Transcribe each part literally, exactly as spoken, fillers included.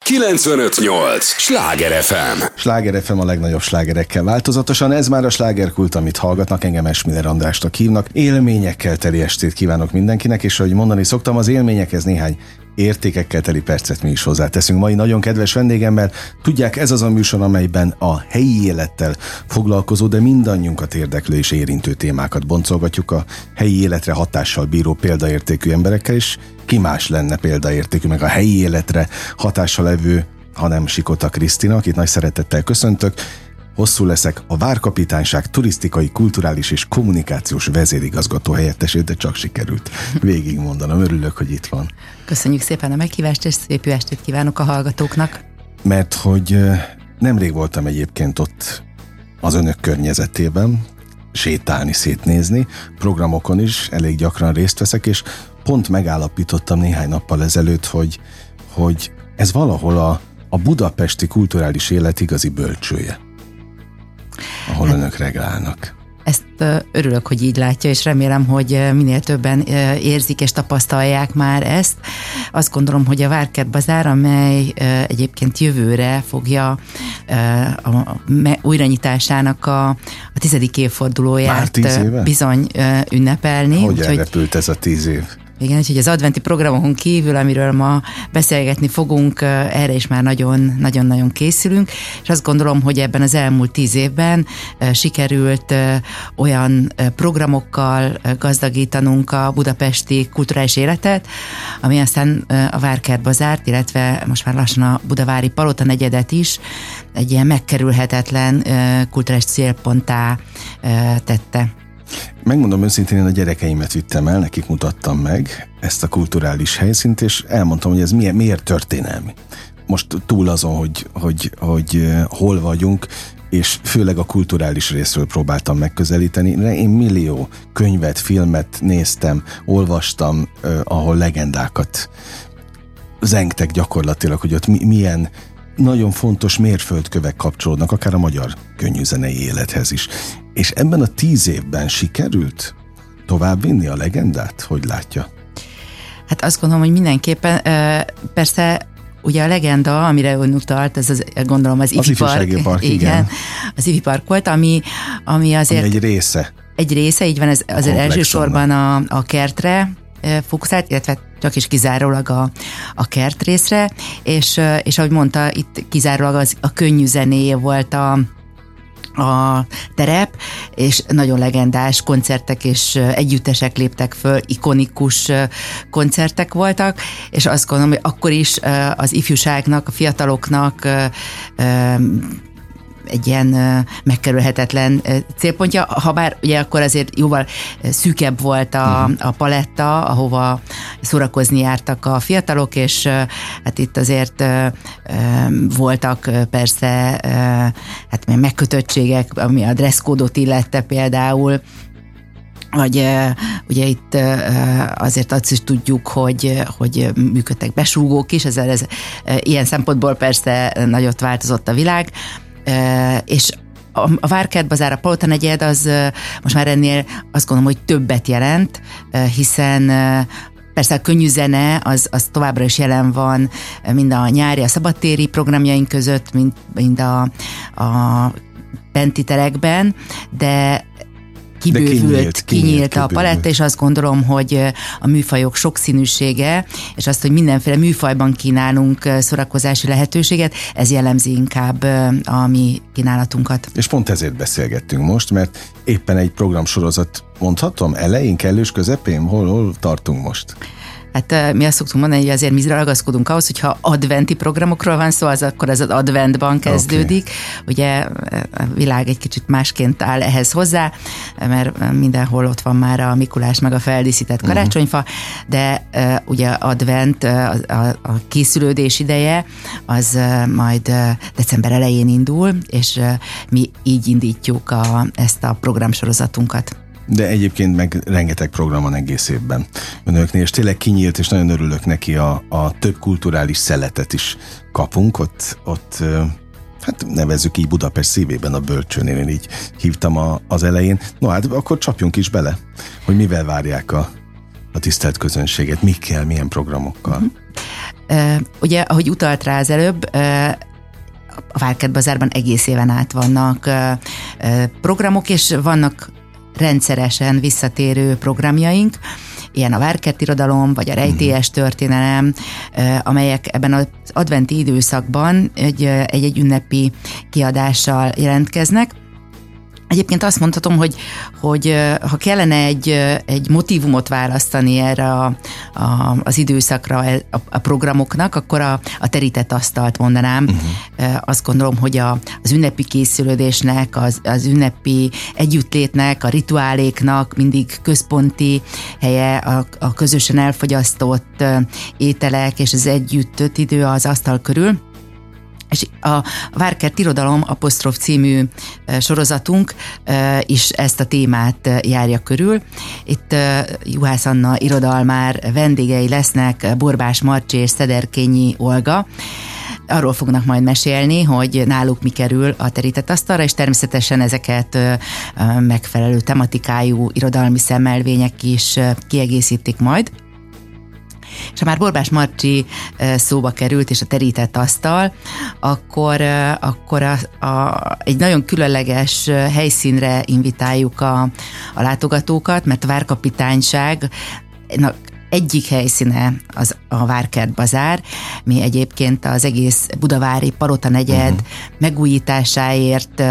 kilencvenöt nyolc Sláger ef em. Sláger ef em a legnagyobb slágerekkel változatosan. Ez már a slágerkult, amit hallgatnak. Engem Esmiller Andrásnak hívnak. Élményekkel teli estét kívánok mindenkinek, és ahogy mondani szoktam, az élményekhez néhány értékekkel teli percet mi is hozzáteszünk. Mai nagyon kedves vendégemmel, tudják, ez az a műsor, amelyben a helyi élettel foglalkozó, de mindannyiunkat érdeklő és érintő témákat boncolgatjuk a helyi életre hatással bíró példaértékű emberekkel, és ki más lenne példaértékű, meg a helyi életre hatással levő, hanem Sikota Krisztina, akit nagy szeretettel köszöntök. Hosszú leszek, a Várkapitányság turisztikai, kulturális és kommunikációs vezérigazgató helyettesét, de csak sikerült végigmondanom. Örülök, hogy itt van. Köszönjük szépen a meghívást, és szép jó estét kívánok a hallgatóknak. Mert hogy nemrég voltam egyébként ott az önök környezetében, sétálni, szétnézni, programokon is elég gyakran részt veszek, és pont megállapítottam néhány nappal ezelőtt, hogy, hogy ez valahol a, a budapesti kulturális élet igazi bölcsője, ahol hát, önök reglálnak. Ezt örülök, hogy így látja, és remélem, hogy minél többen érzik és tapasztalják már ezt. Azt gondolom, hogy a Várkert Bazár, amely egyébként jövőre fogja a újranyitásának a, a tizedik évfordulóját bizony ünnepelni. Hogy elrepült ez a tíz év? Igen, úgyhogy az adventi programokon kívül, amiről ma beszélgetni fogunk, erre is már nagyon-nagyon készülünk, és azt gondolom, hogy ebben az elmúlt tíz évben sikerült olyan programokkal gazdagítanunk a budapesti kulturális életet, ami aztán a Várkert Bazárt, illetve most már lassan a Budavári Palota negyedet is egy ilyen megkerülhetetlen kulturális célponttá tette. Megmondom őszintén, én a gyerekeimet vittem el, nekik mutattam meg ezt a kulturális helyszínt, és elmondtam, hogy ez miért, miért történelmi. Most túl azon, hogy, hogy, hogy hol vagyunk, és főleg a kulturális részről próbáltam megközelíteni. Én millió könyvet, filmet néztem, olvastam, eh, ahol legendákat zengtek gyakorlatilag, hogy ott milyen nagyon fontos mérföldkövek kapcsolódnak, akár a magyar könnyűzenei élethez is. És ebben a tíz évben sikerült tovább vinni a legendát? Hogy látja? Hát azt gondolom, hogy mindenképpen, persze ugye a legenda, amire ön utalt, ez az, gondolom az, az Ifi Park, Park, igen, igen, az Ifi Park volt, ami, ami azért... Ami egy része. Egy része, így van, ez azért elsősorban a, a kertre fókuszált, illetve csak is kizárólag a, a kert részre, és, és ahogy mondta, itt kizárólag az, a könnyű zenéje volt a, a terep, és nagyon legendás koncertek és együttesek léptek föl, ikonikus koncertek voltak, és azt gondolom, hogy akkor is az ifjúságnak, a fiataloknak egy ilyen megkerülhetetlen célpontja, ha bár ugye akkor azért jóval szűkebb volt a, a paletta, ahova szórakozni jártak a fiatalok, és hát itt azért voltak persze hát megkötöttségek, ami a dresszkódot illette például, vagy ugye itt azért azt is tudjuk, hogy, hogy működtek besúgók is, ez, ez, ilyen szempontból persze nagyot változott a világ, és a Várkert Bazár, a Palota negyed az most már ennél azt gondolom, hogy többet jelent, hiszen persze a könnyű zene az, az továbbra is jelen van mind a nyári, a szabadtéri programjaink között, mind, mind a, a benti terekben, de kibővült, kinyílt, kinyílt, kinyílt a paletta, és azt gondolom, hogy a műfajok sokszínűsége, és azt, hogy mindenféle műfajban kínálunk szórakozási lehetőséget, ez jellemzi inkább a mi kínálatunkat. És pont ezért beszélgettünk most, mert éppen egy programsorozat, mondhatom, elején, kellős közepén, hol, hol tartunk most? Hát mi azt szoktunk mondani, hogy azért mi ragaszkodunk ahhoz, hogyha adventi programokról van szó, az akkor az adventban kezdődik. Okay. Ugye a világ egy kicsit másként áll ehhez hozzá, mert mindenhol ott van már a Mikulás meg a feldíszített karácsonyfa, uh-huh. de uh, ugye advent, a, a, a készülődés ideje, az uh, majd uh, december elején indul, és uh, mi így indítjuk a, ezt a programsorozatunkat. De egyébként meg rengeteg program van egész évben önöknél, és tényleg kinyílt, és nagyon örülök neki, a, a több kulturális szeletet is kapunk, ott, ott hát nevezzük így Budapest szívében, a Bölcsőnél, én így hívtam a, az elején. No hát akkor csapjunk is bele, hogy mivel várják a, a tisztelt közönséget, mikkel, milyen programokkal. Ugye, ahogy utalt rá az előbb, a Várkert Bazárban egész éven át vannak programok, és vannak rendszeresen visszatérő programjaink, ilyen a Várkert irodalom, vagy a rejtélyes történelem, amelyek ebben az adventi időszakban egy, egy ünnepi kiadással jelentkeznek. Egyébként azt mondhatom, hogy, hogy ha kellene egy, egy motívumot választani erre a, a, az időszakra a, a programoknak, akkor a, a terített asztalt mondanám. Uh-huh. Azt gondolom, hogy a, az ünnepi készülődésnek, az, az ünnepi együttlétnek, a rituáléknak mindig központi helye a, a közösen elfogyasztott ételek és az együtt töltött idő az asztal körül. És a Várkert Irodalom Apostrof című sorozatunk is ezt a témát járja körül. Itt Juhász Anna irodalmár vendégei lesznek, Borbás Marcsi és Szederkényi Olga. Arról fognak majd mesélni, hogy náluk mi kerül a terített asztalra, és természetesen ezeket megfelelő tematikájú irodalmi szemmelvények is kiegészítik majd. És ha már Borbás Marcsi szóba került, és a terített asztal, akkor, akkor a, a, egy nagyon különleges helyszínre invitáljuk a, a látogatókat, mert a Várkapitányság egyik helyszíne az a Várkert Bazár, mi egyébként az egész budavári Palota negyed uh-huh. megújításáért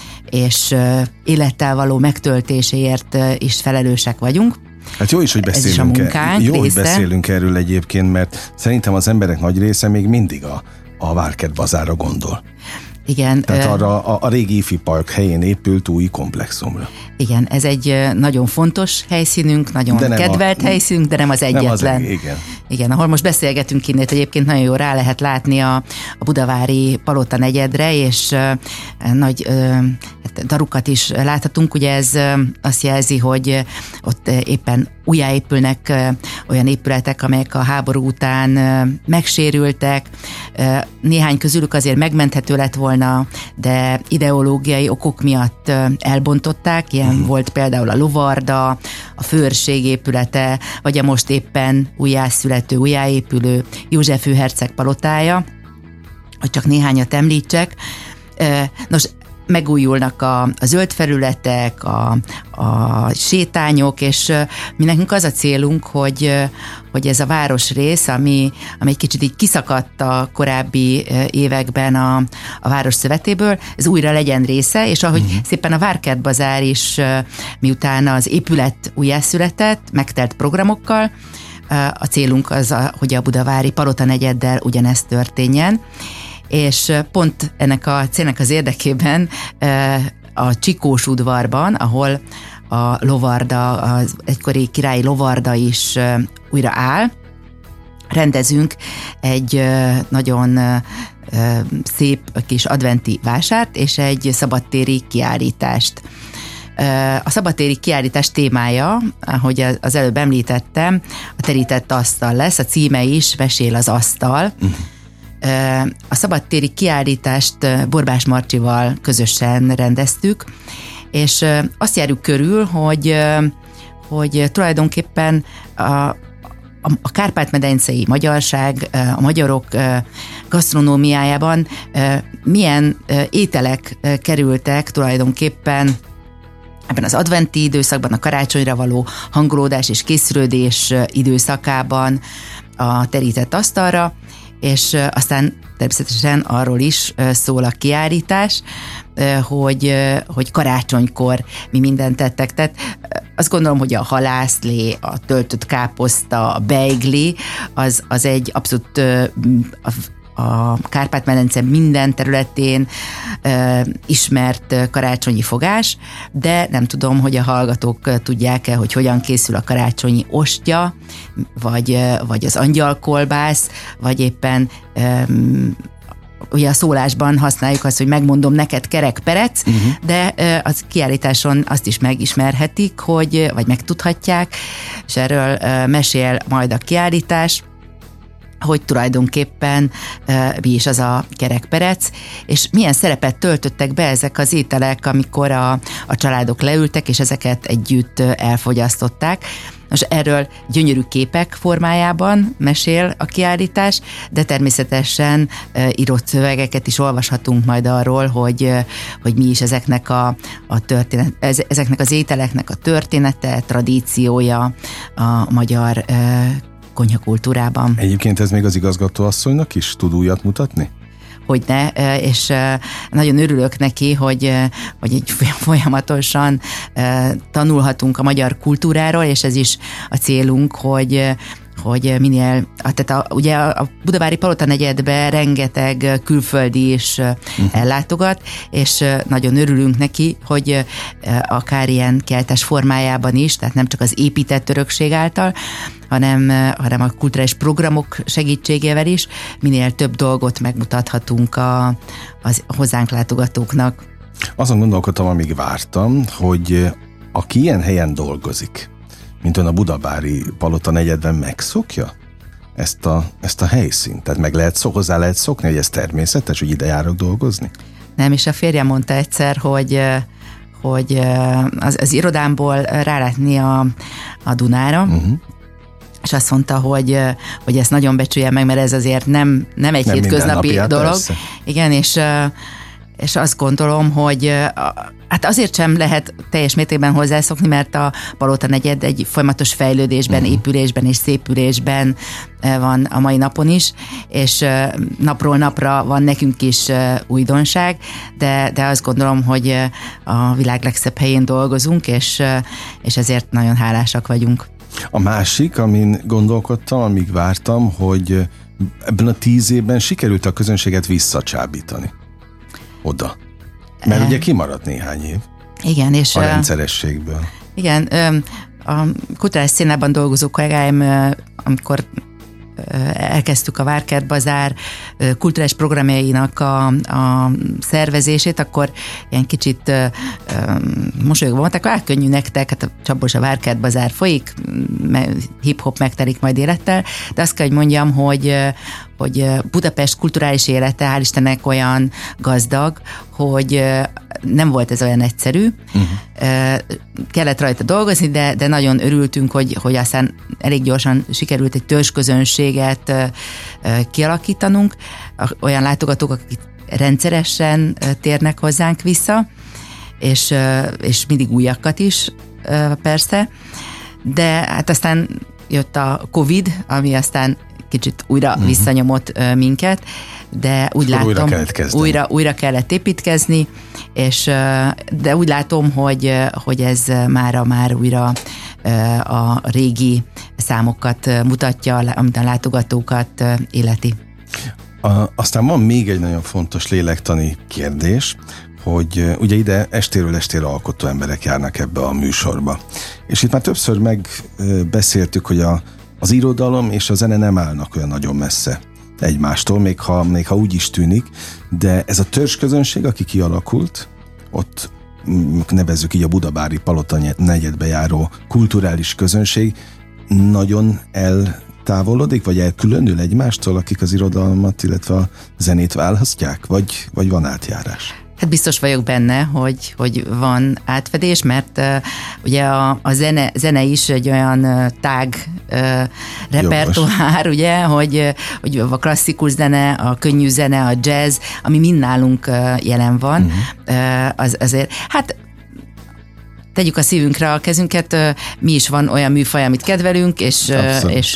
és élettel való megtöltéséért is felelősek vagyunk. Hát jó is, hogy beszélünk, munkánk, jó, hogy beszélünk erről egyébként, mert szerintem az emberek nagy része még mindig a, a Várkert Bazárra gondol. Igen. Tehát arra a, a régi Ifi Park helyén épült új komplexumra. Igen, ez egy nagyon fontos helyszínünk, nagyon kedvelt a, helyszínünk, de nem az egyetlen. Nem az, igen. Igen, ahol most beszélgetünk innét, egyébként nagyon jó rá lehet látni a, a budavári Palota negyedre, és uh, nagy uh, hát darukat is láthatunk. Ugye ez uh, azt jelzi, hogy ott uh, éppen újjáépülnek uh, olyan épületek, amelyek a háború után uh, megsérültek. Uh, néhány közülük azért megmenthető lett volna, de ideológiai okok miatt uh, elbontották. Ilyen hmm. volt például a Lovarda, a Főőrség épülete, vagy a most éppen újjászülető, újjáépülő József főherceg palotája, hogy csak néhányat említsek. Nos, megújulnak a, a zöld felületek, a, a sétányok, és mi nekünk az a célunk, hogy, hogy ez a városrész, ami, ami egy kicsit így kiszakadt a korábbi években a, a város szövetéből, ez újra legyen része, és ahogy uh-huh. szépen a Várkert Bazár is, miután az épület újjászületett, megtelt programokkal, a célunk az, hogy a budavári Palota negyeddel ugyanezt történjen, és pont ennek a célnak az érdekében a Csikós udvarban, ahol a Lovarda, az egykori királyi Lovarda is újra áll, rendezünk egy nagyon szép kis adventi vásárt és egy szabadtéri kiállítást. A szabadtéri kiállítás témája, ahogy az előbb említettem, a terített asztal lesz, a címe is Vesél az asztal. Uh-huh. A szabadtéri kiállítást Borbás Marcsival közösen rendeztük, és azt járjuk körül, hogy, hogy tulajdonképpen a, a Kárpát-medencei magyarság, a magyarok gasztronómiájában milyen ételek kerültek tulajdonképpen ebben az adventi időszakban, a karácsonyra való hangolódás és készülődés időszakában a terített asztalra, és aztán természetesen arról is szól a kiállítás, hogy, hogy karácsonykor mi mindent tettek. Tehát azt gondolom, hogy a halászlé, a töltött káposzta, a beigli, az, az egy abszolút a, a Kárpát-medence minden területén uh, ismert karácsonyi fogás, de nem tudom, hogy a hallgatók tudják-e, hogy hogyan készül a karácsonyi ostya, vagy, vagy az angyalkolbász, vagy éppen um, ugye a szólásban használjuk azt, hogy megmondom neked kerekperec, uh-huh. de az kiállításon azt is megismerhetik, hogy, vagy megtudhatják, és erről mesél majd a kiállítás, hogy tulajdonképpen mi is az a kerekperec, és milyen szerepet töltöttek be ezek az ételek, amikor a, a családok leültek, és ezeket együtt elfogyasztották. Most erről gyönyörű képek formájában mesél a kiállítás, de természetesen írott szövegeket is olvashatunk majd arról, hogy, hogy mi is ezeknek, a, a történet, ezeknek az ételeknek a története, tradíciója a magyar konyhakultúrában. Egyébként ez még az igazgatóasszonynak is tud újat mutatni? Hogyne, és nagyon örülök neki, hogy, hogy így folyamatosan tanulhatunk a magyar kultúráról, és ez is a célunk, hogy hogy minél, tehát a, ugye a Budavári Palota negyedbe rengeteg külföldi is uh-huh. ellátogat, és nagyon örülünk neki, hogy akár ilyen keltes formájában is, tehát nem csak az épített örökség által, hanem, hanem a kulturális programok segítségével is minél több dolgot megmutathatunk a, az hozzánk látogatóknak. Azon gondolkodtam, amíg vártam, hogy aki ilyen helyen dolgozik, mint ön a Budavári Palota negyedben megszokja ezt a, ezt a helyszínt? Tehát meg lehet, hozzá lehet szokni, hogy ez természetes, hogy ide járok dolgozni? Nem, és a férjem mondta egyszer, hogy, hogy az, az irodámból rálátni a, a Dunára, uh-huh. és azt mondta, hogy, hogy ezt nagyon becsülje meg, mert ez azért nem, nem egy nem hétköznapi dolog. Persze. Igen, és és azt gondolom, hogy hát azért sem lehet teljes mértékben hozzászokni, mert a Palota negyed egy folyamatos fejlődésben, uh-huh. épülésben és szépülésben van a mai napon is, és napról napra van nekünk is újdonság, de, de azt gondolom, hogy a világ legszebb helyén dolgozunk, és, és ezért nagyon hálásak vagyunk. A másik, amin gondolkodtam, amíg vártam, hogy ebben a tíz évben sikerült a közönséget visszacsábítani oda. Mert e... ugye kimaradt néhány év. Igen, és... A rendszerességből. Igen, a kulturális színában dolgozó kollégáim, amikor elkezdtük a Várkert Bazár kulturális programjainak a, a szervezését, akkor ilyen kicsit mosolyogva mondták, hogy könnyű nektek, hát a csapos a Várkert Bazár folyik, hip-hop megtelik majd élettel, de azt kell, hogy mondjam, hogy hogy Budapest kulturális élete, hál' Istennek olyan gazdag, hogy nem volt ez olyan egyszerű. Uh-huh. Kellett rajta dolgozni, de, de nagyon örültünk, hogy, hogy aztán elég gyorsan sikerült egy törzsközönséget kialakítanunk. Olyan látogatók, akik rendszeresen térnek hozzánk vissza, és, és mindig újakat is persze. De hát aztán jött a Covid, ami aztán kicsit újra uh-huh. visszanyomott uh, minket, de úgy látom, újra kellett, újra, újra kellett építkezni, és uh, de úgy látom, hogy, uh, hogy ez mára már újra uh, a régi számokat uh, mutatja, amit a látogatókat uh, életi. A, aztán van még egy nagyon fontos lélektani kérdés, hogy uh, ugye ide estéről estére alkotó emberek járnak ebbe a műsorba. És itt már többször megbeszéltük, hogy a az irodalom és a zene nem állnak olyan nagyon messze egymástól, még ha, még ha úgy is tűnik, de ez a törzsközönség, aki kialakult, ott nevezzük így a Budavári Palota negyedbe járó kulturális közönség, nagyon eltávolodik, vagy elkülönül egymástól, akik az irodalmat, illetve a zenét választják, vagy, vagy van átjárás? Hát biztos vagyok benne, hogy, hogy van átfedés, mert uh, ugye a, a zene, zene is egy olyan uh, tág uh, repertoár, ugye, hogy, hogy a klasszikus zene, a könnyű zene, a jazz, ami mind nálunk uh, jelen van, uh-huh. uh, az, azért, hát tegyük a szívünkre a kezünket, mi is van olyan műfaj, amit kedvelünk, és, és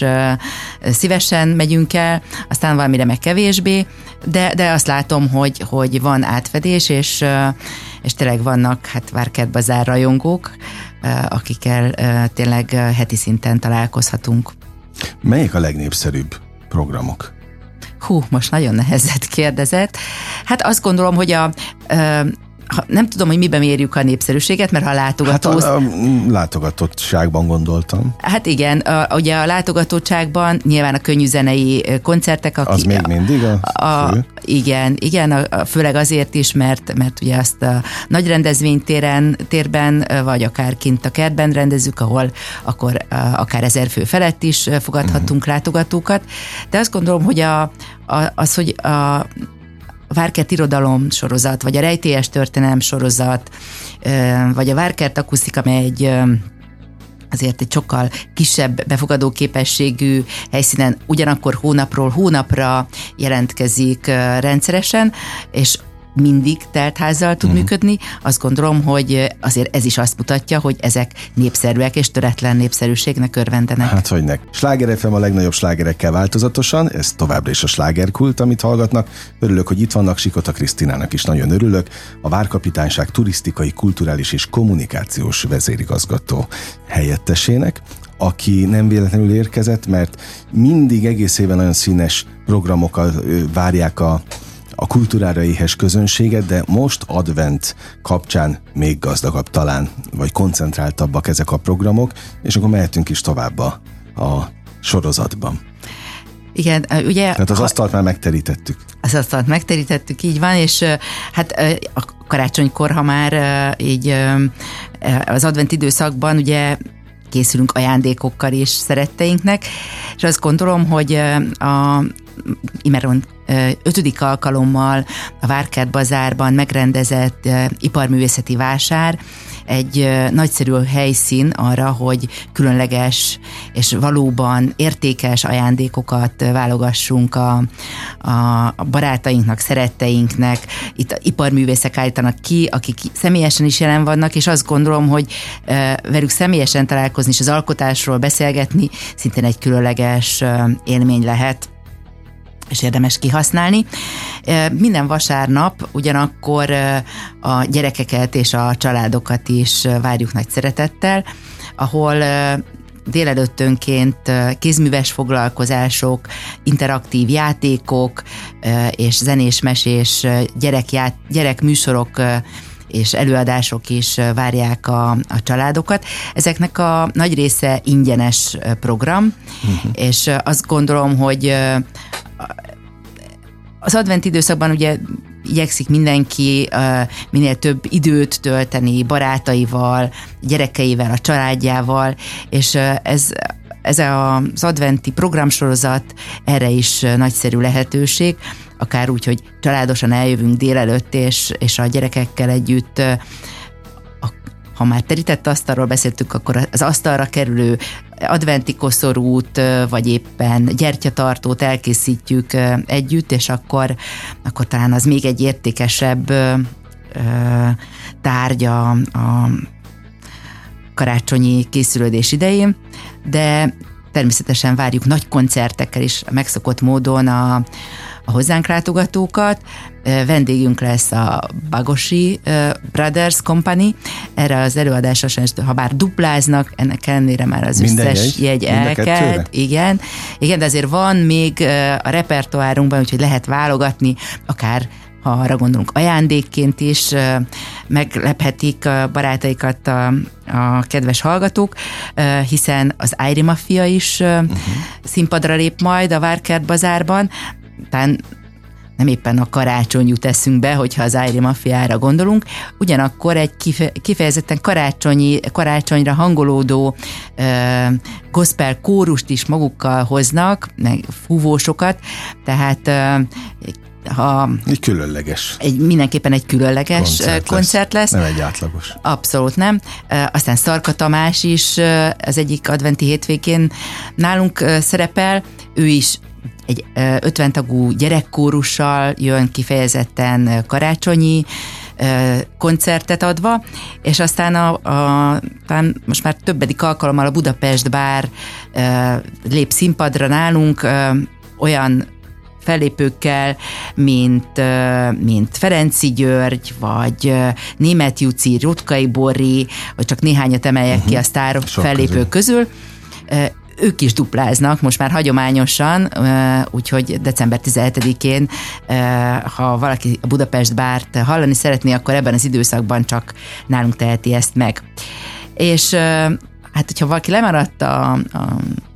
szívesen megyünk el, aztán valamire meg kevésbé, de, de azt látom, hogy, hogy van átfedés, és, és tényleg vannak hát Várkert Bazár rajongók, akikkel tényleg heti szinten találkozhatunk. Melyek a legnépszerűbb programok? Hú, most nagyon nehezet kérdezett. Hát azt gondolom, hogy a ha, nem tudom, hogy miben mérjük a népszerűséget, mert ha a látogató... Hát a, a látogatottságban gondoltam. Hát igen, a, ugye a látogatottságban nyilván a könnyűzenei koncertek... Aki, az még mindig a, a fő? Igen, igen, a, a, főleg azért is, mert, mert ugye azt a nagy rendezvénytéren, térben, vagy akár kint a kertben rendezzük, ahol akkor akár ezer fő felett is fogadhatunk uh-huh. látogatókat. De azt gondolom, hogy a, a, az, hogy a a Várkert irodalom sorozat, vagy a rejtélyes történelem sorozat, vagy a Várkert akusztika, amely egy azért egy sokkal kisebb befogadó képességű helyszínen ugyanakkor hónapról hónapra jelentkezik rendszeresen, és mindig teltházzal tud uh-huh. működni. Azt gondolom, hogy azért ez is azt mutatja, hogy ezek népszerűek és töretlen népszerűségnek örvendenek. Hát hogynek. Sláger ef em a legnagyobb slágerekkel változatosan, ez továbbra is a slágerkult, amit hallgatnak. Örülök, hogy itt vannak, Sikota Krisztinának is nagyon örülök. A Várkapitányság turisztikai, kulturális és kommunikációs vezérigazgató helyettesének, aki nem véletlenül érkezett, mert mindig egész éven nagyon színes programokkal várják a a kultúrára éhes közönséget, de most advent kapcsán még gazdagabb talán, vagy koncentráltabbak ezek a programok, és akkor mehetünk is tovább a, a sorozatban. Igen, ugye... Tehát az ha, asztalt már megterítettük. Az asztalt megterítettük, így van, és hát a karácsonykor, ha már így az advent időszakban ugye készülünk ajándékokkal is szeretteinknek, és azt gondolom, hogy a immáron ötödik alkalommal a Várkert Bazárban megrendezett uh, iparművészeti vásár egy uh, nagyszerű helyszín arra, hogy különleges és valóban értékes ajándékokat uh, válogassunk a, a, a barátainknak, szeretteinknek. Itt iparművészek állítanak ki, akik személyesen is jelen vannak, és azt gondolom, hogy uh, velük személyesen találkozni és az alkotásról beszélgetni szintén egy különleges uh, élmény lehet, és érdemes kihasználni. Minden vasárnap ugyanakkor a gyerekeket és a családokat is várjuk nagy szeretettel, ahol délelőttönként kézműves foglalkozások, interaktív játékok és zenés-mesés gyerekját, gyerekműsorok és előadások is várják a, a családokat. Ezeknek a nagy része ingyenes program, uh-huh. és azt gondolom, hogy az advent időszakban ugye igyekszik mindenki uh, minél több időt tölteni barátaival, gyerekeivel, a családjával, és uh, ez, ez az adventi programsorozat erre is nagyszerű lehetőség, akár úgy, hogy családosan eljövünk délelőtt, és, és a gyerekekkel együtt uh, ha már terített asztalról beszéltük, akkor az asztalra kerülő adventi koszorút, vagy éppen gyertyatartót elkészítjük együtt, és akkor, akkor talán az még egy értékesebb tárgya a karácsonyi készülődés idején, de természetesen várjuk nagy koncertekkel is megszokott módon a, a hozzánk látogatókat. Vendégünk lesz a Bagosi Brothers Company. Erre az előadásra sem, ha bár dupláznak, ennek ellenére már az minden összes jegy, jegy elkelt. Igen, igen, de azért van még a repertoárunkban, úgyhogy lehet válogatni, akár ha arra gondolunk, ajándékként is meglephetik a barátaikat a, a kedves hallgatók, hiszen az Ájri Mafia is uh-huh. színpadra lép majd a Várkert Bazárban. Talán nem éppen a karácsony jut eszünkbe, hogyha az Ájri Mafiára gondolunk, ugyanakkor egy kifejezetten karácsonyi, karácsonyra hangolódó uh, gospel kórust is magukkal hoznak, meg fúvósokat, tehát uh, ha egy különleges. Egy, mindenképpen egy különleges koncert, koncert lesz. lesz. Nem egy átlagos. Abszolút nem. Aztán Szarka Tamás is az egyik adventi hétvégén nálunk szerepel. Ő is egy ötven tagú gyerekkórussal jön kifejezetten karácsonyi koncertet adva, és aztán a, a, talán most már többedik alkalommal a Budapest Bár lép színpadra nálunk olyan fellépőkkel, mint, mint Ferenczy György, vagy Németh Juci, Rutkai Borri, vagy csak néhányat emeljek uh-huh. ki a sztár fellépők közül. ők is dupláznak, most már hagyományosan, úgyhogy december tizenhetedikén, ha valaki a Budapest bárt hallani szeretné, akkor ebben az időszakban csak nálunk teheti ezt meg. És hát, hogyha valaki lemaradt a, a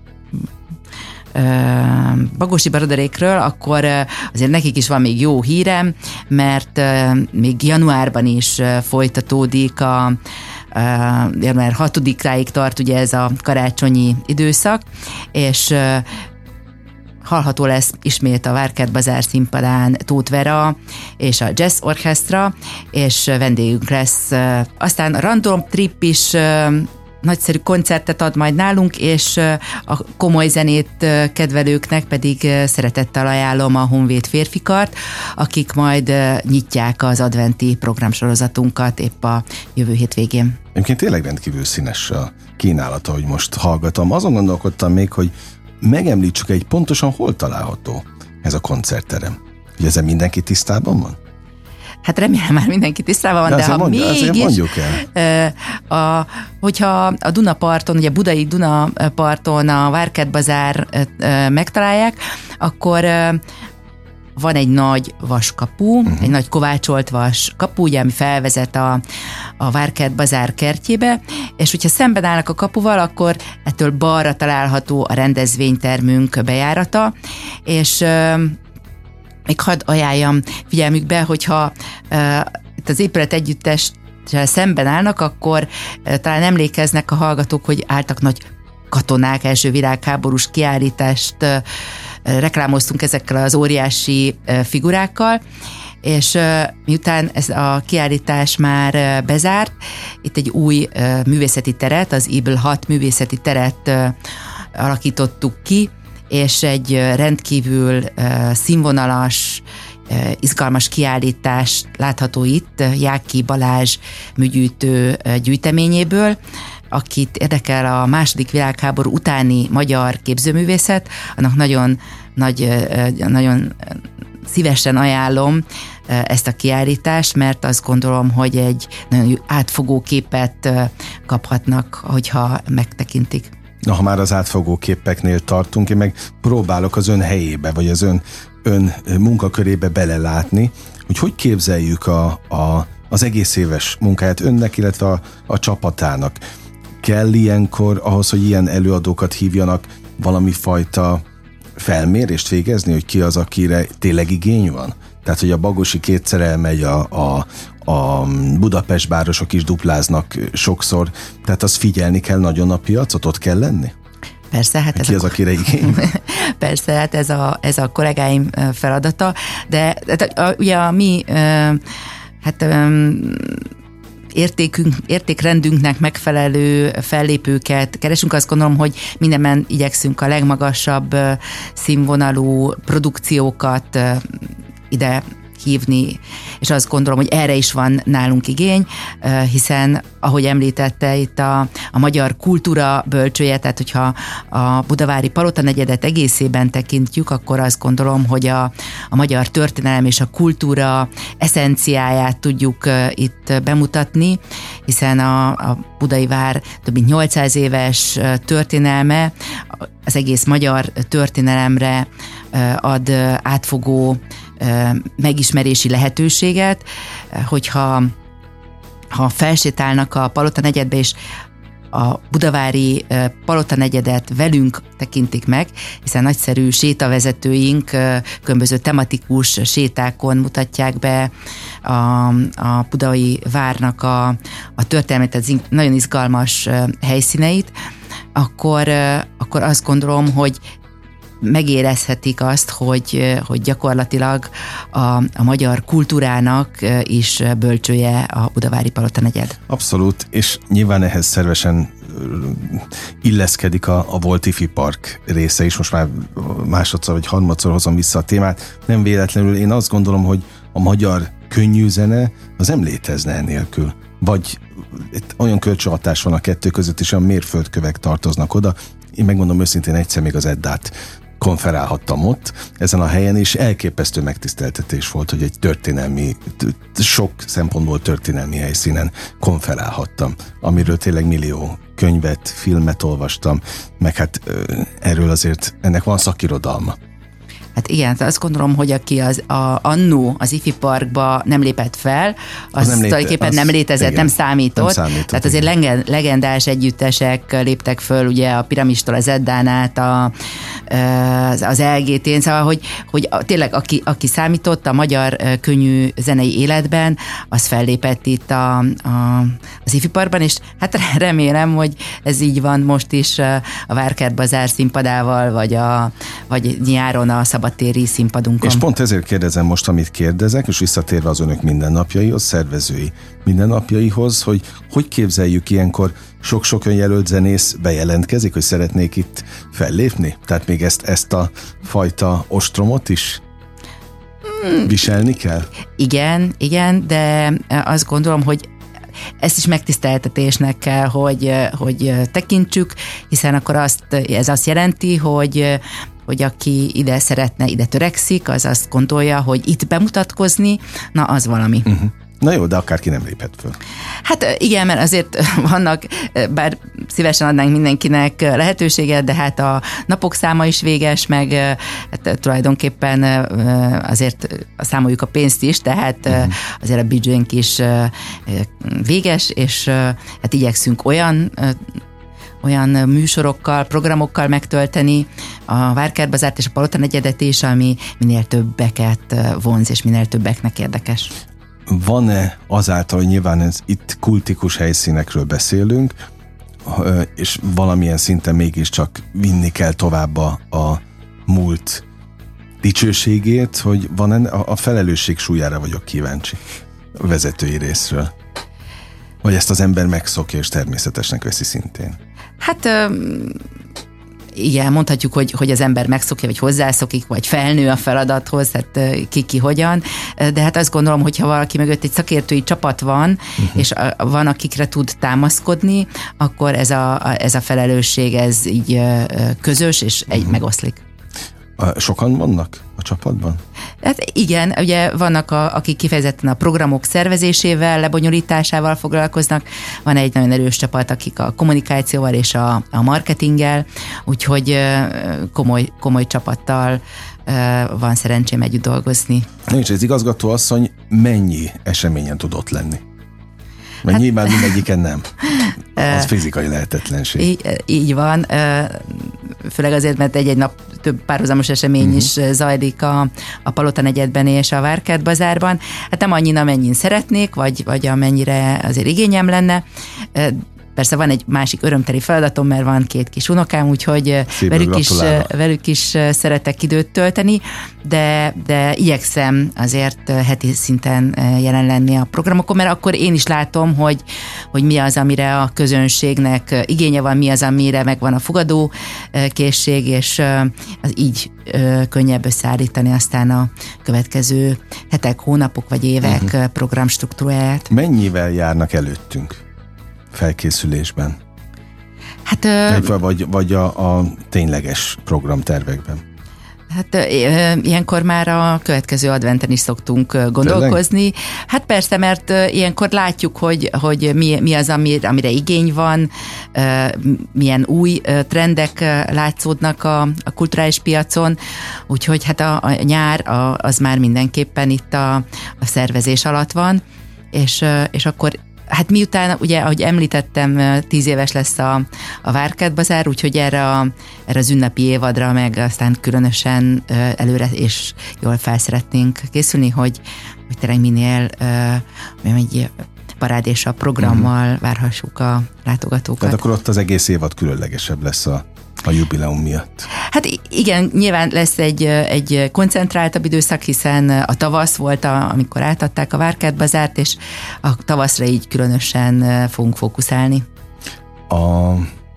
Bagosi Barodarékról, akkor azért nekik is van még jó hírem, mert még januárban is folytatódik a január hatodikáig tart ugye ez a karácsonyi időszak, és hallható lesz ismét a Várkert Bazár színpadán Tóth Vera és a Jazz Orchestra, és vendégünk lesz. Aztán a Random Trip is nagyszerű koncertet ad majd nálunk, és a komoly zenét kedvelőknek pedig szeretettel ajánlom a Honvéd férfikart, akik majd nyitják az adventi programsorozatunkat épp a jövő hétvégén. Egyébként tényleg rendkívül színes a kínálata, hogy most hallgatom. Azon gondolkodtam még, hogy megemlítsük egy pontosan hol található ez a koncertterem. Hogy ezzel mindenki tisztában van? Hát remélem már mindenki tisztában van, de, de ha mondja, mégis, a, hogyha a Dunaparton, ugye Budai Dunaparton a Várkert Bazár megtalálják, akkor van egy nagy vaskapu, uh-huh. egy nagy kovácsolt vaskapu, ugye, ami felvezet a, a Várkert Bazár kertjébe, és hogyha szemben állnak a kapuval, akkor ettől balra található a rendezvénytermünk bejárata, és még hadd ajánljam figyelmükbe, hogyha uh, itt az épület együttessel szemben állnak, akkor uh, talán emlékeznek a hallgatók, hogy álltak nagy katonák, első világháborús kiállítást uh, reklámoztunk ezekkel az óriási uh, figurákkal, és uh, miután ez a kiállítás már uh, bezárt, itt egy új uh, művészeti teret, az Ibl hat művészeti teret uh, alakítottuk ki, és egy rendkívül uh, színvonalas, uh, izgalmas kiállítás látható itt Jáki Balázs műgyűjtő uh, gyűjteményéből, akit érdekel a második világháború utáni magyar képzőművészet, annak nagyon, nagy, uh, nagyon szívesen ajánlom uh, ezt a kiállítást, mert azt gondolom, hogy egy nagyon átfogó képet uh, kaphatnak, hogyha megtekintik. Na, ha már az átfogó képeknél tartunk, én meg próbálok az ön helyébe, vagy az ön, ön munkakörébe belelátni, hogy hogy képzeljük a, a, az egész éves munkáját önnek, illetve a, a csapatának. Kell ilyenkor ahhoz, hogy ilyen előadókat hívjanak, valami fajta felmérést végezni, hogy ki az, akire tényleg igény van? Tehát, hogy a Bagosi kétszer elmegy, a, a, a Budapest bárosok is dupláznak sokszor, tehát azt figyelni kell nagyon a piacot, ott kell lenni? Persze, hát ez ki a... az, akire igény? Persze, hát ez a, ez a kollégáim feladata, de, de a, ugye a mi hát értékünk, értékrendünknek megfelelő fellépőket keresünk. Azt gondolom, hogy mindenben igyekszünk a legmagasabb színvonalú produkciókat ide hívni, és azt gondolom, hogy erre is van nálunk igény, hiszen, ahogy említette, itt a, a magyar kultúra bölcsője, tehát hogyha a budavári palotanegyedet egészében tekintjük, akkor azt gondolom, hogy a, a magyar történelem és a kultúra eszenciáját tudjuk itt bemutatni, hiszen a, a budai vár több mint nyolcszáz éves történelme az egész magyar történelemre ad átfogó megismerési lehetőséget, hogyha ha felsétálnak a Palotanegyedbe, és a budavári Palotanegyedet velünk tekintik meg, hiszen nagyszerű sétavezetőink különböző tematikus sétákon mutatják be a, a budai várnak a, a történelmet, az nagyon izgalmas helyszíneit, akkor, akkor azt gondolom, hogy megérezhetik azt, hogy, hogy gyakorlatilag a, a magyar kultúrának is bölcsője a budavári Palotanegyed. Abszolút, és nyilván ehhez szervesen illeszkedik a, a Volt Ifi Park része is, most már másodszor vagy harmadszor hozom vissza a témát. Nem véletlenül én azt gondolom, hogy a magyar könnyű zene az nem létezne enélkül. Vagy olyan kölcsönhatás van a kettő között, és olyan mérföldkövek tartoznak oda. Én megmondom őszintén, egyszer még az Eddát konferálhattam ott, ezen a helyen, és elképesztő megtiszteltetés volt, hogy egy történelmi, sok szempontból történelmi helyszínen konferálhattam, amiről tényleg millió könyvet, filmet olvastam, meg hát erről azért ennek van szakirodalma. Hát igen, azt gondolom, hogy aki az a, annó az ifi parkba nem lépett fel, az, az nem léte, tulajdonképpen az, nem létezett, igen, nem számított. Nem számított. Tehát azért igen. legendás együttesek léptek föl, ugye a Piramistól az Eddán át, a, az, az el gé tén, szóval, hogy, hogy tényleg aki, aki számított a magyar könnyű zenei életben, az fellépett itt a, a, az ifi parkban, és hát remélem, hogy ez így van most is a Várkert Bazár színpadával, vagy, a, vagy nyáron a szabadtéri színpadunkon. És pont ezért kérdezem most, amit kérdezek, és visszatérve az önök mindennapjaihoz, szervezői mindennapjaihoz, hogy hogy képzeljük ilyenkor, sok-sok önjelölt zenész bejelentkezik, hogy szeretnék itt fellépni? Tehát még ezt, ezt a fajta ostromot is hmm. viselni kell? Igen, igen, de azt gondolom, hogy ezt is megtiszteltetésnek kell, hogy, hogy tekintsük, hiszen akkor azt, ez azt jelenti, hogy hogy aki ide szeretne, ide törekszik, az azt gondolja, hogy itt bemutatkozni, na az valami. Uh-huh. Na jó, de akárki nem lépett föl. Hát igen, mert azért vannak, bár szívesen adnánk mindenkinek lehetőséget, de hát a napok száma is véges, meg hát tulajdonképpen azért számoljuk a pénzt is, tehát uh-huh. azért a büdzsénk is véges, és hát igyekszünk olyan olyan műsorokkal, programokkal megtölteni a Várkert Bazárt és a Palota negyedet is, ami minél többeket vonz, és minél többeknek érdekes. Van-e azáltal, hogy nyilván ez itt kultikus helyszínekről beszélünk, és valamilyen szinten mégiscsak vinni kell tovább a, a múlt dicsőségét, hogy van a felelősség súlyára vagyok kíváncsi a vezetői részről? Vagy ezt az ember megszokja és természetesnek veszi szintén? Hát igen, mondhatjuk, hogy, hogy az ember megszokja, vagy hozzászokik, vagy felnő a feladathoz, tehát ki-ki hogyan, de hát azt gondolom, hogyha valaki mögött egy szakértői csapat van, uh-huh. és van, akikre tud támaszkodni, akkor ez a, ez a felelősség, ez így közös, és egy uh-huh. megoszlik. Sokan vannak a csapatban? Hát igen, ugye vannak, a, akik kifejezetten a programok szervezésével, lebonyolításával foglalkoznak, van egy nagyon erős csapat, akik a kommunikációval és a, a marketinggel, úgyhogy komoly, komoly csapattal van szerencsém együtt dolgozni. És az igazgatóasszony mennyi eseményen tudott lenni? Mert hát, nyilván mindegyiken nem. Az fizikai lehetetlenség. Így, így van. Főleg azért, mert egy-egy nap több párhuzamos esemény uh-huh. is zajlik a, a Palota negyedben és a Várkert Bazárban. Hát nem annyira, amennyien szeretnék, vagy, vagy amennyire azért igényem lenne. Persze van egy másik örömteli feladatom, mert van két kis unokám, úgyhogy velük is, velük is szeretek időt tölteni, de, de igyekszem azért heti szinten jelen lenni a programokon, mert akkor én is látom, hogy, hogy mi az, amire a közönségnek igénye van, mi az, amire megvan a fogadó készség, és az így könnyebb összeállítani aztán a következő hetek, hónapok vagy évek uh-huh. programstruktúráját. Mennyivel járnak előttünk felkészülésben? Hát, ö... vagy, vagy a, a tényleges programtervekben? Hát ö, ilyenkor már a következő adventen is szoktunk gondolkozni. Tényleg? Hát persze, mert ö, ilyenkor látjuk, hogy, hogy mi, mi az, amire, amire igény van, ö, milyen új ö, trendek ö, látszódnak a, a kulturális piacon, úgyhogy hát a, a nyár a, az már mindenképpen itt a, a szervezés alatt van, és, ö, és akkor hát miután, ugye, ahogy említettem, tíz éves lesz a, a Várkert Bazár, úgyhogy erre, a, erre az ünnepi évadra meg aztán különösen előre és jól fel szeretnénk készülni, hogy, hogy tényleg minél uh, egy parádésabb programmal uh-huh. várhassuk a látogatókat. Tehát akkor ott az egész évad különlegesebb lesz a a jubileum miatt. Hát igen, nyilván lesz egy, egy koncentráltabb időszak, hiszen a tavasz volt, a, amikor átadták a Várkert Bazárt, és a tavaszra így különösen fogunk fókuszálni. A...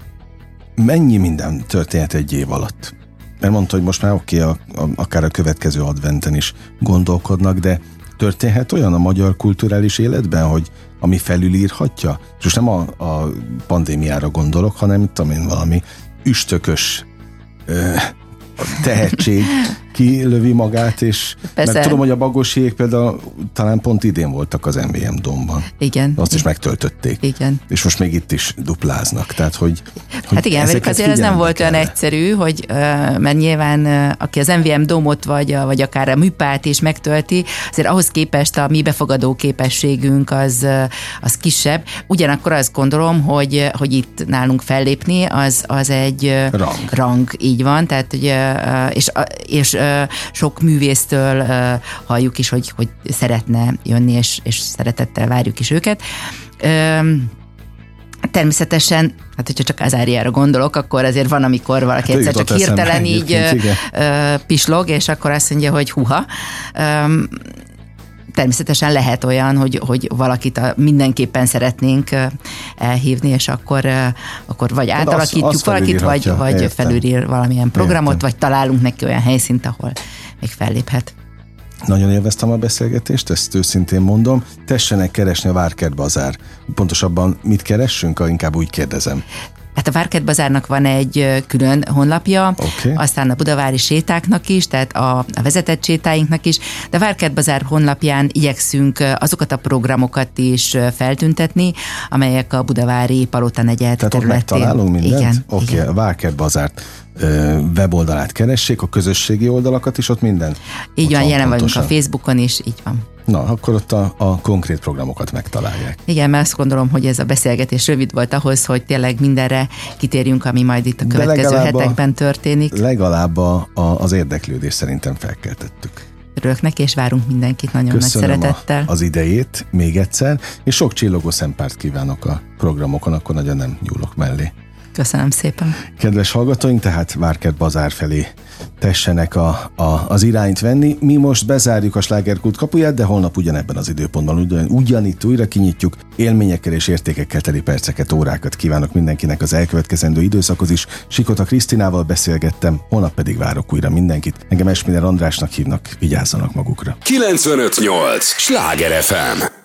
Mennyi minden történt egy év alatt? Mert mondta, hogy most már oké, a, a, akár a következő adventen is gondolkodnak, de történhet olyan a magyar kulturális életben, hogy ami felülírhatja? És most nem a, a pandémiára gondolok, hanem tudom én, valami üstökös ö, tehetség kilövi magát, és Persze. mert tudom, hogy a Bagosiék például talán pont idén voltak az em vé em Domban. Igen. Azt is megtöltötték. Igen. És most még itt is dupláznak. Tehát, hogy, hogy hát igen, velük azért ez nem volt olyan egyszerű, hogy, mert nyilván aki az em vé em Domot vagy, vagy akár a műpát is megtölti, azért ahhoz képest a mi befogadó képességünk az, az kisebb. Ugyanakkor azt gondolom, hogy, hogy itt nálunk fellépni, az, az egy rang. rang, így van, tehát ugye, és, és sok művésztől halljuk is, hogy, hogy szeretne jönni, és, és szeretettel várjuk is őket. Természetesen, hát hogyha csak Azáriára gondolok, akkor azért van, amikor valaki hát egyszer csak hirtelen így igen. pislog, és akkor azt mondja, hogy huha. Természetesen lehet olyan, hogy, hogy valakit a, mindenképpen szeretnénk elhívni, és akkor, akkor vagy átalakítjuk azt, azt valakit, vagy, vagy felülír valamilyen programot, értem. Vagy találunk neki olyan helyszínt, ahol még felléphet. Nagyon élveztem a beszélgetést, ezt őszintén mondom. Tessenek keresni a Várkert Bazár. Pontosabban mit keressünk, inkább úgy kérdezem. Hát a Várkert Bazárnak van egy külön honlapja, okay. Aztán a budavári sétáknak is, tehát a, a vezetett sétáinknak is, de a Várkert Bazár honlapján igyekszünk azokat a programokat is feltüntetni, amelyek a budavári Palota negyed tehát területén. Tehát ott megtalálunk mindent? Igen. Oké, okay. A Várkert Bazárt weboldalát keressék, a közösségi oldalakat is, ott minden? Így ott van, van jelen pontosan. vagyunk a Facebookon is, így van. Na, akkor ott a, a konkrét programokat megtalálják. Igen, mert azt gondolom, hogy ez a beszélgetés rövid volt ahhoz, hogy tényleg mindenre kitérjünk, ami majd itt a következő hetekben a, történik. Legalább a, a, az érdeklődést szerintem felkeltettük. Örülök neki, és várunk mindenkit nagyon Köszönöm nagy szeretettel. A, az idejét még egyszer, és sok csillogó szempárt kívánok a programokon, akkor nagyon nem nyúlok mellé. Köszönöm szépen. Kedves hallgatóink, tehát Várkert Bazár felé tessenek a, a, az irányt venni. Mi most bezárjuk a Slágerkult kapuját, de holnap ugyanebben az időpontban ugyan, ugyanitt újra kinyitjuk. Élményekkel és értékekkel teli perceket, órákat kívánok mindenkinek az elkövetkezendő időszakhoz is. Sikota Krisztinával beszélgettem, holnap pedig várok újra mindenkit. Engem Esmiller Andrásnak hívnak, vigyázzanak magukra. kilencvenöt nyolc Sláger ef em